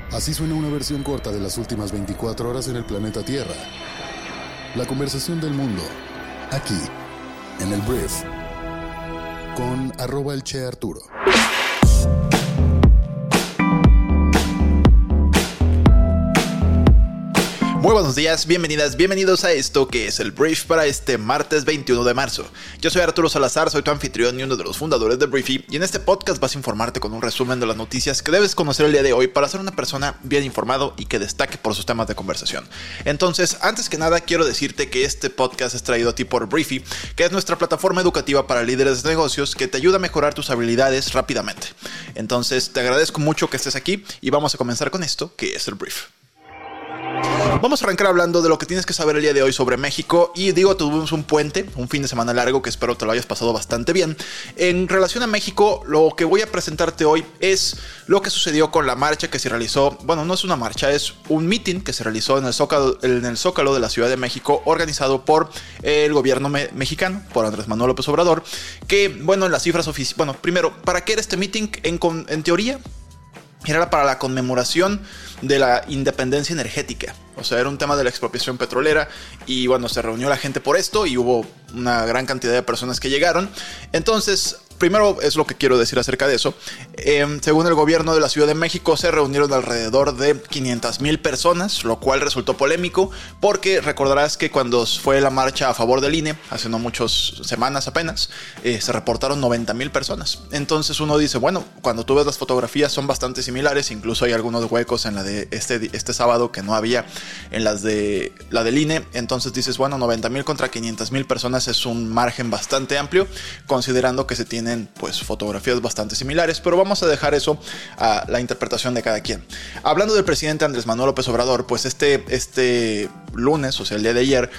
Así suena una versión corta de las últimas 24 horas en el planeta Tierra. La conversación del mundo, aquí, en el Brief, con @elCheArturo. Muy buenos días, bienvenidas, bienvenidos a esto que es el Brief para este martes 21 de marzo. Yo soy Arturo Salazar, soy tu anfitrión y uno de los fundadores de Briefy, y en este podcast vas a informarte con un resumen de las noticias que debes conocer el día de hoy para ser una persona bien informado y que destaque por sus temas de conversación. Entonces, antes que nada, quiero decirte que este podcast es traído a ti por Briefy, que es nuestra plataforma educativa para líderes de negocios que te ayuda a mejorar tus habilidades rápidamente. Entonces, te agradezco mucho que estés aquí y vamos a comenzar con esto que es el Brief. Vamos a arrancar hablando de lo que tienes que saber el día de hoy sobre México. Y digo, tuvimos un puente, un fin de semana largo que espero te lo hayas pasado bastante bien. En relación a México, lo que voy a presentarte hoy es lo que sucedió con la marcha que se realizó. Bueno, no es una marcha, es un meeting que se realizó en el Zócalo de la Ciudad de México, organizado por el gobierno mexicano, por Andrés Manuel López Obrador. Que, bueno, en las cifras oficiales. Bueno, primero, ¿para qué era este meeting? En teoría, era para la conmemoración de la independencia energética. O sea, era un tema de la expropiación petrolera y bueno, se reunió la gente por esto y hubo una gran cantidad de personas que llegaron. Entonces, primero es lo que quiero decir acerca de eso. Según el gobierno de la Ciudad de México, se reunieron alrededor de 500,000 personas, lo cual resultó polémico porque recordarás que cuando fue la marcha a favor del INE, hace no muchas semanas apenas, se reportaron 90,000 personas. Entonces uno dice, bueno, cuando tú ves las fotografías son bastante similares, incluso hay algunos huecos en la de este sábado que no había en las de la del INE. Entonces dices, bueno, 90,000 contra 500,000 personas es un margen bastante amplio, considerando que se tienen pues fotografías bastante similares, pero vamos a dejar eso a la interpretación de cada quien. Hablando del presidente Andrés Manuel López Obrador, pues este lunes, o sea el día de ayer,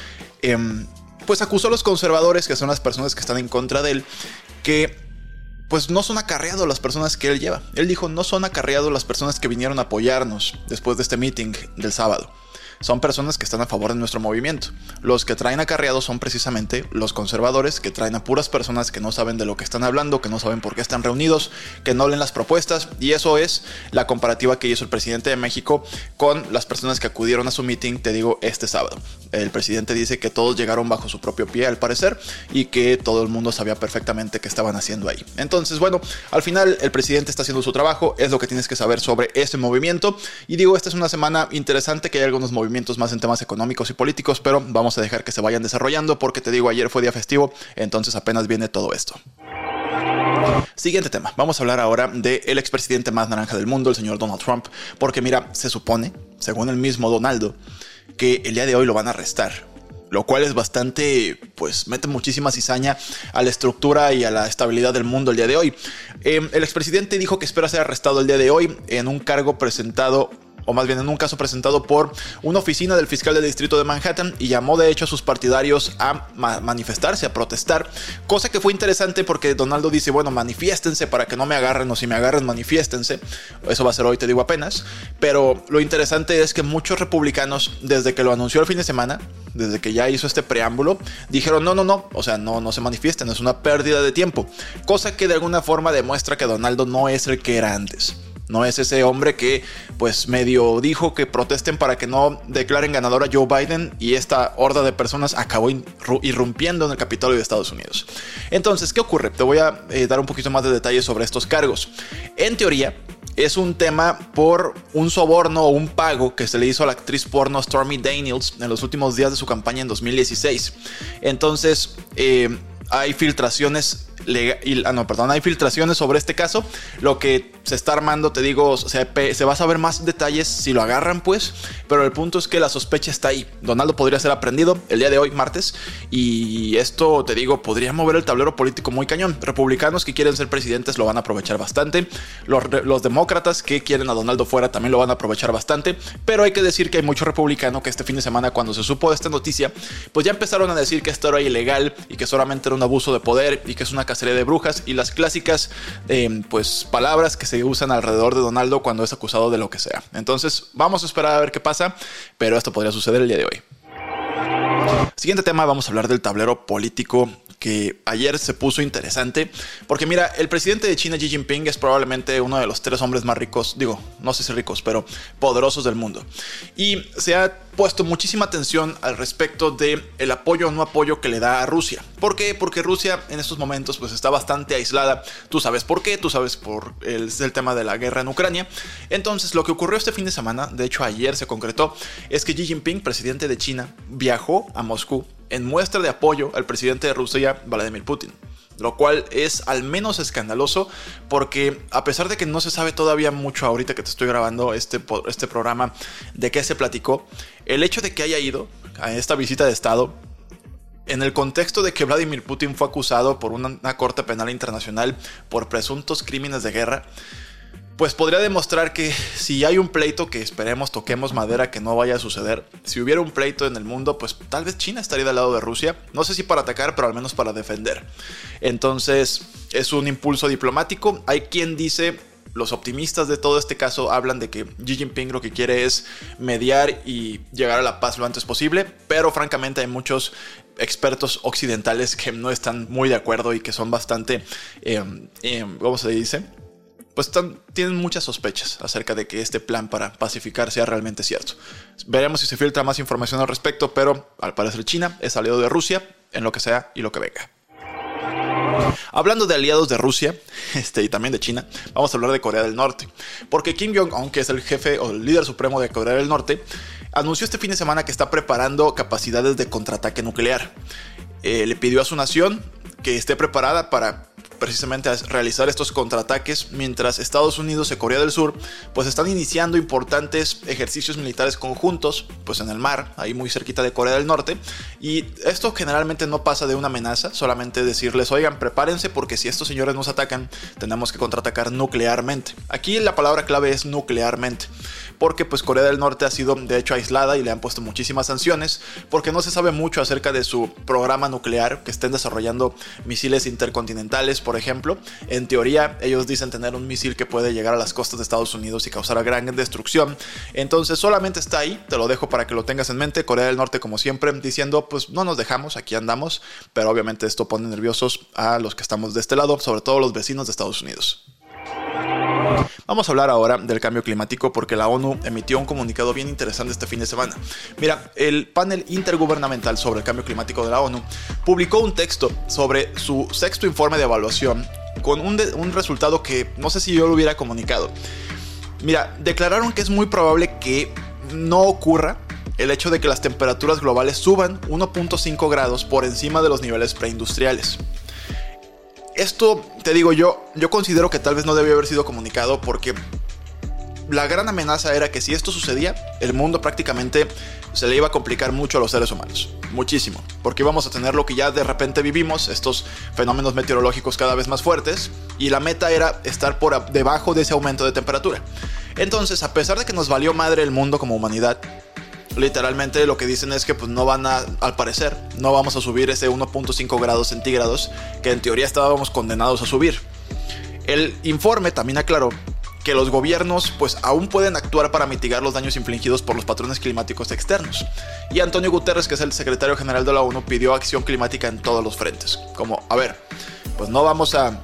pues acusó a los conservadores, que son las personas que están en contra de él, que pues no son acarreados las personas que él lleva. Él dijo, no son acarreados las personas que vinieron a apoyarnos después de este meeting del sábado. Son personas que están a favor de nuestro movimiento. Los que traen acarreados son precisamente los conservadores, que traen a puras personas que no saben de lo que están hablando, que no saben por qué están reunidos, que no leen las propuestas. Y eso es la comparativa que hizo el presidente de México con las personas que acudieron a su meeting, te digo, este sábado. El presidente dice que todos llegaron bajo su propio pie, al parecer, y que todo el mundo sabía perfectamente qué estaban haciendo ahí. Entonces, bueno, al final el presidente está haciendo su trabajo, es lo que tienes que saber sobre ese movimiento. Y digo, esta es una semana interesante, que hay algunos movimientos más en temas económicos y políticos, pero vamos a dejar que se vayan desarrollando porque te digo, ayer fue día festivo, entonces apenas viene todo esto. Siguiente tema, vamos a hablar ahora del expresidente más naranja del mundo, el señor Donald Trump, porque mira, se supone, según el mismo Donaldo, que el día de hoy lo van a arrestar. Lo cual es bastante, pues mete muchísima cizaña a la estructura y a la estabilidad del mundo el día de hoy. El expresidente dijo que espera ser arrestado el día de hoy en un cargo presentado, o más bien en un caso presentado por una oficina del fiscal del distrito de Manhattan, y llamó de hecho a sus partidarios a manifestarse, a protestar, cosa que fue interesante porque Donaldo dice, bueno, manifiéstense para que no me agarren, o si me agarren, manifiéstense. Eso va a ser hoy, te digo apenas, pero lo interesante es que muchos republicanos, desde que lo anunció el fin de semana, desde que ya hizo este preámbulo, dijeron no, o sea, no se manifiesten, es una pérdida de tiempo, cosa que de alguna forma demuestra que Donaldo no es el que era antes. No es ese hombre que pues medio dijo que protesten para que no declaren ganador a Joe Biden, y esta horda de personas acabó irrumpiendo en el Capitolio de Estados Unidos. Entonces, ¿qué ocurre? Te voy a dar un poquito más de detalles sobre estos cargos. En teoría, es un tema por un soborno o un pago que se le hizo a la actriz porno Stormy Daniels en los últimos días de su campaña en 2016. Entonces, hay filtraciones hay filtraciones sobre este caso. Lo que se está armando, te digo, se va a saber más detalles si lo agarran, pues, pero el punto es que la sospecha está ahí. Donaldo podría ser aprendido el día de hoy, martes, y esto, te digo, podría mover el tablero político muy cañón. Republicanos que quieren ser presidentes lo van a aprovechar bastante. Los demócratas que quieren a Donaldo fuera también lo van a aprovechar bastante, pero hay que decir que hay mucho republicano que este fin de semana, cuando se supo de esta noticia, pues ya empezaron a decir que esto era ilegal y que solamente era un abuso de poder y que es una cacería de brujas, y las clásicas pues palabras que se usan alrededor de Donaldo cuando es acusado de lo que sea. Entonces vamos a esperar a ver qué pasa, pero esto podría suceder el día de hoy. Siguiente tema, vamos a hablar del tablero político que ayer se puso interesante, porque mira, el presidente de China, Xi Jinping, es probablemente uno de los 3 hombres más ricos, digo, no sé si ricos, pero poderosos del mundo. Y se ha puesto muchísima atención al respecto de el apoyo o no apoyo que le da a Rusia. ¿Por qué? Porque Rusia en estos momentos pues está bastante aislada. Tú sabes por qué, tú sabes por el tema de la guerra en Ucrania. Entonces lo que ocurrió este fin de semana, de hecho ayer se concretó, es que Xi Jinping, presidente de China, viajó a Moscú en muestra de apoyo al presidente de Rusia, Vladimir Putin. Lo cual es al menos escandaloso porque a pesar de que no se sabe todavía mucho ahorita que te estoy grabando este programa de qué se platicó, el hecho de que haya ido a esta visita de estado en el contexto de que Vladimir Putin fue acusado por una corte penal internacional por presuntos crímenes de guerra, pues podría demostrar que si hay un pleito, que esperemos, toquemos madera, que no vaya a suceder, si hubiera un pleito en el mundo, pues tal vez China estaría del lado de Rusia, no sé si para atacar, pero al menos para defender. Entonces es un impulso diplomático. Hay quien dice, los optimistas de todo este caso hablan de que Xi Jinping lo que quiere es mediar y llegar a la paz lo antes posible, pero francamente hay muchos expertos occidentales que no están muy de acuerdo y que son bastante, ¿cómo se dice? Pues tienen muchas sospechas acerca de que este plan para pacificar sea realmente cierto. Veremos si se filtra más información al respecto, pero al parecer China es aliado de Rusia en lo que sea y lo que venga. Hablando de aliados de Rusia y también de China, vamos a hablar de Corea del Norte. Porque Kim Jong-un, que es el jefe o el líder supremo de Corea del Norte, anunció este fin de semana que está preparando capacidades de contraataque nuclear. Le pidió a su nación que esté preparada para precisamente a realizar estos contraataques, mientras Estados Unidos y Corea del Sur pues están iniciando importantes ejercicios militares conjuntos pues en el mar, ahí muy cerquita de Corea del Norte, y esto generalmente no pasa de una amenaza, solamente decirles, oigan, prepárense porque si estos señores nos atacan, tenemos que contraatacar nuclearmente. Aquí la palabra clave es nuclearmente, porque pues Corea del Norte ha sido de hecho aislada y le han puesto muchísimas sanciones, porque no se sabe mucho acerca de su programa nuclear, que estén desarrollando misiles intercontinentales, por ejemplo. En teoría, ellos dicen tener un misil que puede llegar a las costas de Estados Unidos y causar gran destrucción. Entonces, solamente está ahí, te lo dejo para que lo tengas en mente. Corea del Norte, como siempre, diciendo, pues no nos dejamos, aquí andamos. Pero obviamente esto pone nerviosos a los que estamos de este lado, sobre todo los vecinos de Estados Unidos. Vamos a hablar ahora del cambio climático porque la ONU emitió un comunicado bien interesante este fin de semana. Mira, el panel intergubernamental sobre el cambio climático de la ONU publicó un texto sobre su 6º informe de evaluación con un resultado que no sé si yo lo hubiera comunicado. Mira, declararon que es muy probable que no ocurra el hecho de que las temperaturas globales suban 1.5 grados por encima de los niveles preindustriales. Esto, te digo, yo considero que tal vez no debió haber sido comunicado porque la gran amenaza era que si esto sucedía, el mundo prácticamente se le iba a complicar mucho a los seres humanos. Muchísimo. Porque íbamos a tener lo que ya de repente vivimos, estos fenómenos meteorológicos cada vez más fuertes, y la meta era estar por debajo de ese aumento de temperatura. Entonces, a pesar de que nos valió madre el mundo como humanidad, literalmente lo que dicen es que pues no van a, al parecer, no vamos a subir ese 1.5 grados centígrados que en teoría estábamos condenados a subir. El informe también aclaró que los gobiernos pues aún pueden actuar para mitigar los daños infligidos por los patrones climáticos externos. Y Antonio Guterres, que es el secretario general de la ONU, pidió acción climática en todos los frentes. Como, a ver, pues no vamos a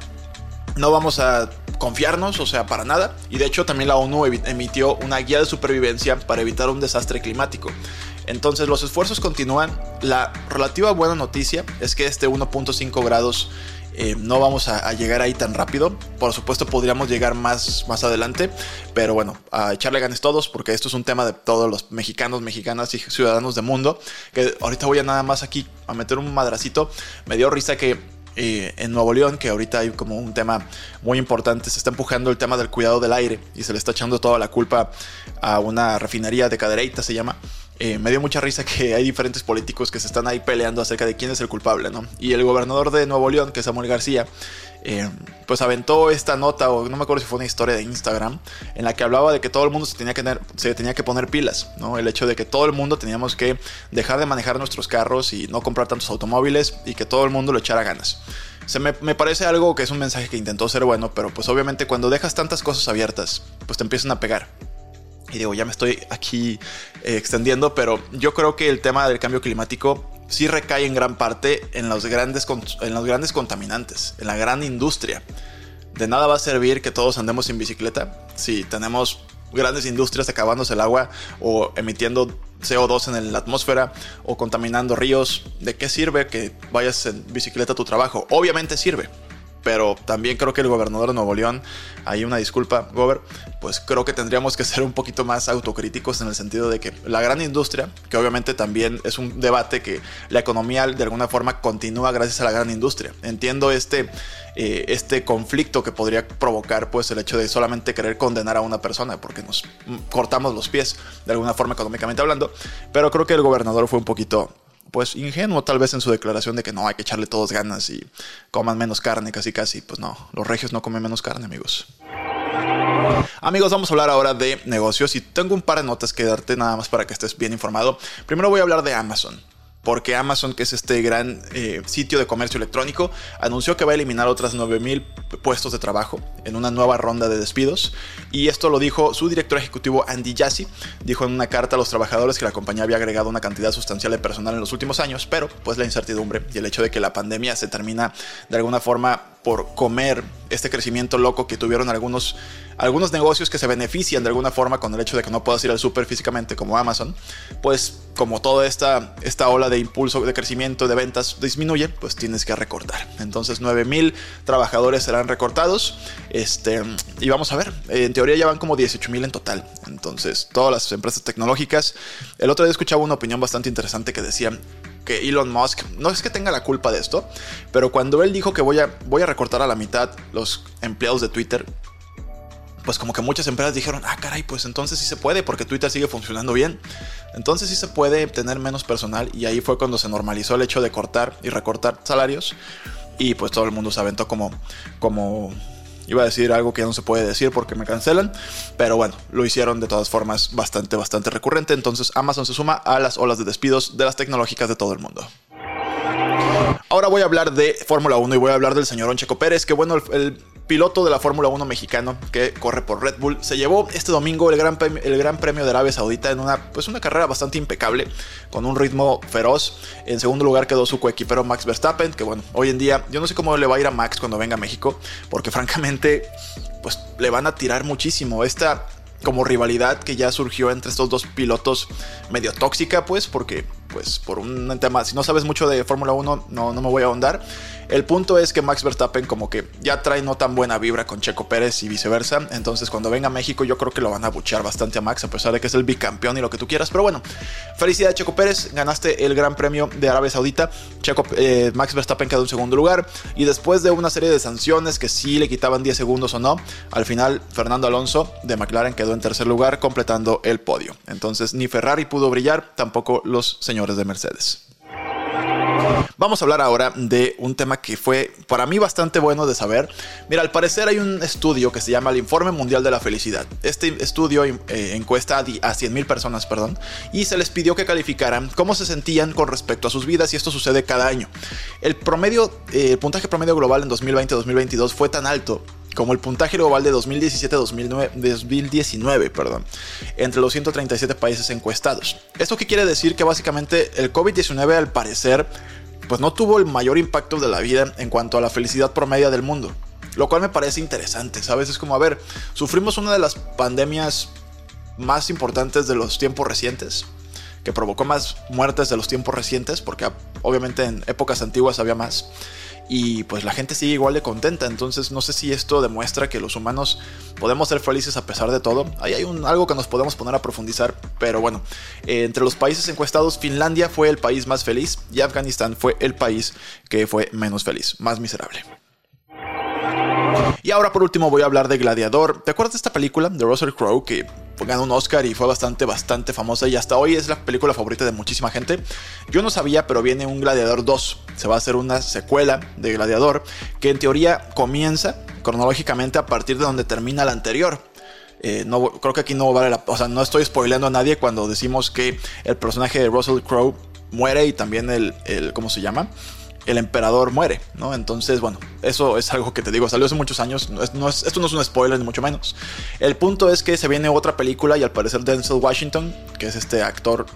confiarnos, o sea, para nada. Y de hecho también la ONU emitió una guía de supervivencia para evitar un desastre climático. Entonces los esfuerzos continúan. La relativa buena noticia es que este 1.5 grados no vamos a llegar ahí tan rápido. Por supuesto podríamos llegar más adelante, pero bueno, a echarle ganas todos, porque esto es un tema de todos los mexicanos, mexicanas y ciudadanos del mundo. Que ahorita voy a nada más aquí a meter un madracito. Me dio risa que en Nuevo León, que ahorita hay como un tema muy importante, se está empujando el tema del cuidado del aire y se le está echando toda la culpa a una refinería de Cadereyta, se llama. Me dio mucha risa que hay diferentes políticos que se están ahí peleando acerca de quién es el culpable, ¿no? Y el gobernador de Nuevo León, que es Samuel García, pues aventó esta nota, o no me acuerdo si fue una historia de Instagram, en la que hablaba de que todo el mundo se tenía que poner pilas, ¿no? El hecho de que todo el mundo teníamos que dejar de manejar nuestros carros y no comprar tantos automóviles, y que todo el mundo lo echara ganas. Me parece algo que es un mensaje que intentó ser bueno, pero pues obviamente cuando dejas tantas cosas abiertas, pues te empiezan a pegar. Y digo, ya me estoy aquí extendiendo, pero yo creo que el tema del cambio climático sí recae en gran parte en los grandes contaminantes, en la gran industria. De nada va a servir que todos andemos en bicicleta si tenemos grandes industrias acabándose el agua o emitiendo CO2 en la atmósfera o contaminando ríos. ¿De qué sirve que vayas en bicicleta a tu trabajo? Obviamente sirve, pero también creo que el gobernador de Nuevo León, ahí una disculpa, Gober, pues creo que tendríamos que ser un poquito más autocríticos en el sentido de que la gran industria, que obviamente también es un debate que la economía de alguna forma continúa gracias a la gran industria. Entiendo este conflicto que podría provocar pues el hecho de solamente querer condenar a una persona porque nos cortamos los pies de alguna forma económicamente hablando, pero creo que el gobernador fue un poquito pues ingenuo tal vez en su declaración de que no, hay que echarle todos ganas y coman menos carne, casi. Pues no, los regios no comen menos carne, amigos. Amigos, vamos a hablar ahora de negocios y tengo un par de notas que darte nada más para que estés bien informado. Primero voy a hablar de Amazon, porque Amazon, que es este gran sitio de comercio electrónico, anunció que va a eliminar otras 9,000 puestos de trabajo en una nueva ronda de despidos. Y esto lo dijo su director ejecutivo Andy Jassy. Dijo en una carta a los trabajadores que la compañía había agregado una cantidad sustancial de personal en los últimos años, pero pues la incertidumbre y el hecho de que la pandemia se termina de alguna forma por comer este crecimiento loco que tuvieron algunos negocios que se benefician de alguna forma con el hecho de que no puedas ir al súper físicamente como Amazon, pues como toda esta ola de impulso de crecimiento de ventas disminuye, pues tienes que recortar. Entonces 9,000 trabajadores serán recortados, y vamos a ver, en teoría ya van como 18,000 en total. Entonces todas las empresas tecnológicas, el otro día escuchaba una opinión bastante interesante que decía que Elon Musk no es que tenga la culpa de esto, pero cuando él dijo que voy a recortar a la mitad los empleados de Twitter, pues como que muchas empresas dijeron, caray, pues entonces sí se puede, porque Twitter sigue funcionando bien, entonces sí se puede tener menos personal. Y ahí fue cuando se normalizó el hecho de cortar y recortar salarios, y pues todo el mundo se aventó como iba a decir algo que ya no se puede decir porque me cancelan, pero bueno, lo hicieron de todas formas bastante recurrente. Entonces Amazon se suma a las olas de despidos de las tecnológicas de todo el mundo. Ahora voy a hablar de Fórmula 1 y voy a hablar del señor Checo Pérez, que bueno, el piloto de la Fórmula 1 mexicano que corre por Red Bull se llevó este domingo el Gran Premio de Arabia Saudita en una carrera bastante impecable, con un ritmo feroz. En segundo lugar quedó su coequipero Max Verstappen, que bueno, hoy en día yo no sé cómo le va a ir a Max cuando venga a México, porque francamente pues le van a tirar muchísimo. Esta como rivalidad que ya surgió entre estos dos pilotos medio tóxica, pues porque pues por un tema, si no sabes mucho de Fórmula 1 no me voy a ahondar. El punto es que Max Verstappen como que ya trae no tan buena vibra con Checo Pérez y viceversa. Entonces cuando venga a México yo creo que lo van a abuchear bastante a Max, a pesar de que es el bicampeón y lo que tú quieras. Pero bueno, felicidades Checo Pérez, ganaste el Gran Premio de Arabia Saudita. Max Verstappen quedó en segundo lugar, y después de una serie de sanciones que sí le quitaban 10 segundos o no, al final Fernando Alonso de McLaren quedó en tercer lugar, completando el podio. Entonces ni Ferrari pudo brillar, tampoco los señores de Mercedes. Vamos a hablar ahora de un tema que fue para mí bastante bueno de saber. Mira, al parecer hay un estudio que se llama el Informe Mundial de la Felicidad. Este estudio encuesta a 100,000 personas, y se les pidió que calificaran cómo se sentían con respecto a sus vidas, y esto sucede cada año. El puntaje promedio global en 2020-2022 fue tan alto como el puntaje global de 2019, entre los 137 países encuestados. ¿Esto qué quiere decir? Que básicamente el COVID-19 al parecer pues no tuvo el mayor impacto de la vida en cuanto a la felicidad promedia del mundo, lo cual me parece interesante, ¿sabes? Es como, sufrimos una de las pandemias más importantes de los tiempos recientes, que provocó más muertes de los tiempos recientes, porque obviamente en épocas antiguas había más, y pues la gente sigue igual de contenta. Entonces no sé si esto demuestra que los humanos podemos ser felices a pesar de todo. Ahí hay algo que nos podemos poner a profundizar, pero bueno, entre los países encuestados, Finlandia fue el país más feliz y Afganistán fue el país que fue menos feliz, más miserable. Y ahora por último voy a hablar de Gladiador. ¿Te acuerdas de esta película de Russell Crowe que ganó un Oscar y fue bastante famosa, y hasta hoy es la película favorita de muchísima gente? Yo no sabía, pero viene un Gladiador 2. Se va a hacer una secuela de Gladiador que en teoría comienza cronológicamente a partir de donde termina la anterior. Creo que aquí no vale no estoy spoileando a nadie cuando decimos que el personaje de Russell Crowe muere, y también ¿cómo se llama? El emperador muere, ¿no? Entonces, bueno, eso es algo que te digo, salió hace muchos años, esto no es un spoiler ni mucho menos. El punto es que se viene otra película, y al parecer Denzel Washington, que es este actor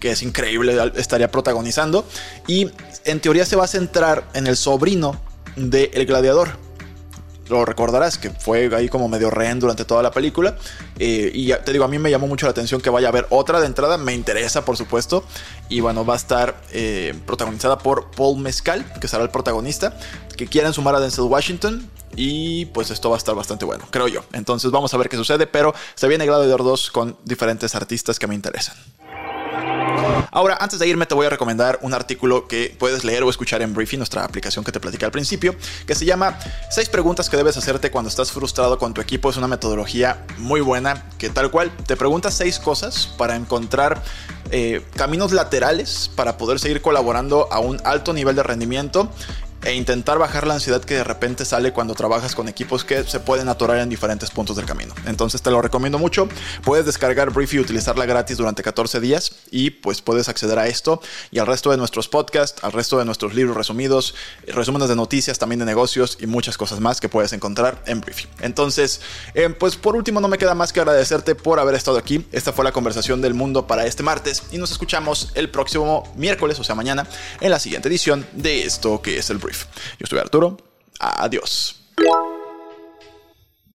que es increíble, estaría protagonizando. Y en teoría se va a centrar en el sobrino de El Gladiador. Lo recordarás que fue ahí como medio rehén durante toda la película. Y ya te digo, a mí me llamó mucho la atención que vaya a haber otra de entrada. Me interesa, por supuesto. Y bueno, va a estar protagonizada por Paul Mescal, que será el protagonista, que quieren sumar a Denzel Washington. Y pues esto va a estar bastante bueno, creo yo. Entonces vamos a ver qué sucede. Pero se viene Gladiador 2 con diferentes artistas que me interesan. Ahora, antes de irme, te voy a recomendar un artículo que puedes leer o escuchar en Briefy, nuestra aplicación que te platicé al principio, que se llama 6 preguntas que debes hacerte cuando estás frustrado con tu equipo. Es una metodología muy buena que tal cual te pregunta 6 cosas para encontrar caminos laterales para poder seguir colaborando a un alto nivel de rendimiento e intentar bajar la ansiedad que de repente sale cuando trabajas con equipos que se pueden atorar en diferentes puntos del camino. Entonces te lo recomiendo mucho. Puedes descargar Briefy y utilizarla gratis durante 14 días y pues puedes acceder a esto y al resto de nuestros podcasts, al resto de nuestros libros resumidos, resúmenes de noticias, también de negocios y muchas cosas más que puedes encontrar en Briefy. Entonces, pues por último no me queda más que agradecerte por haber estado aquí. Esta fue la conversación del mundo para este martes y nos escuchamos el próximo miércoles, o sea mañana, en la siguiente edición de esto que es el Brief. Yo soy Arturo. Adiós.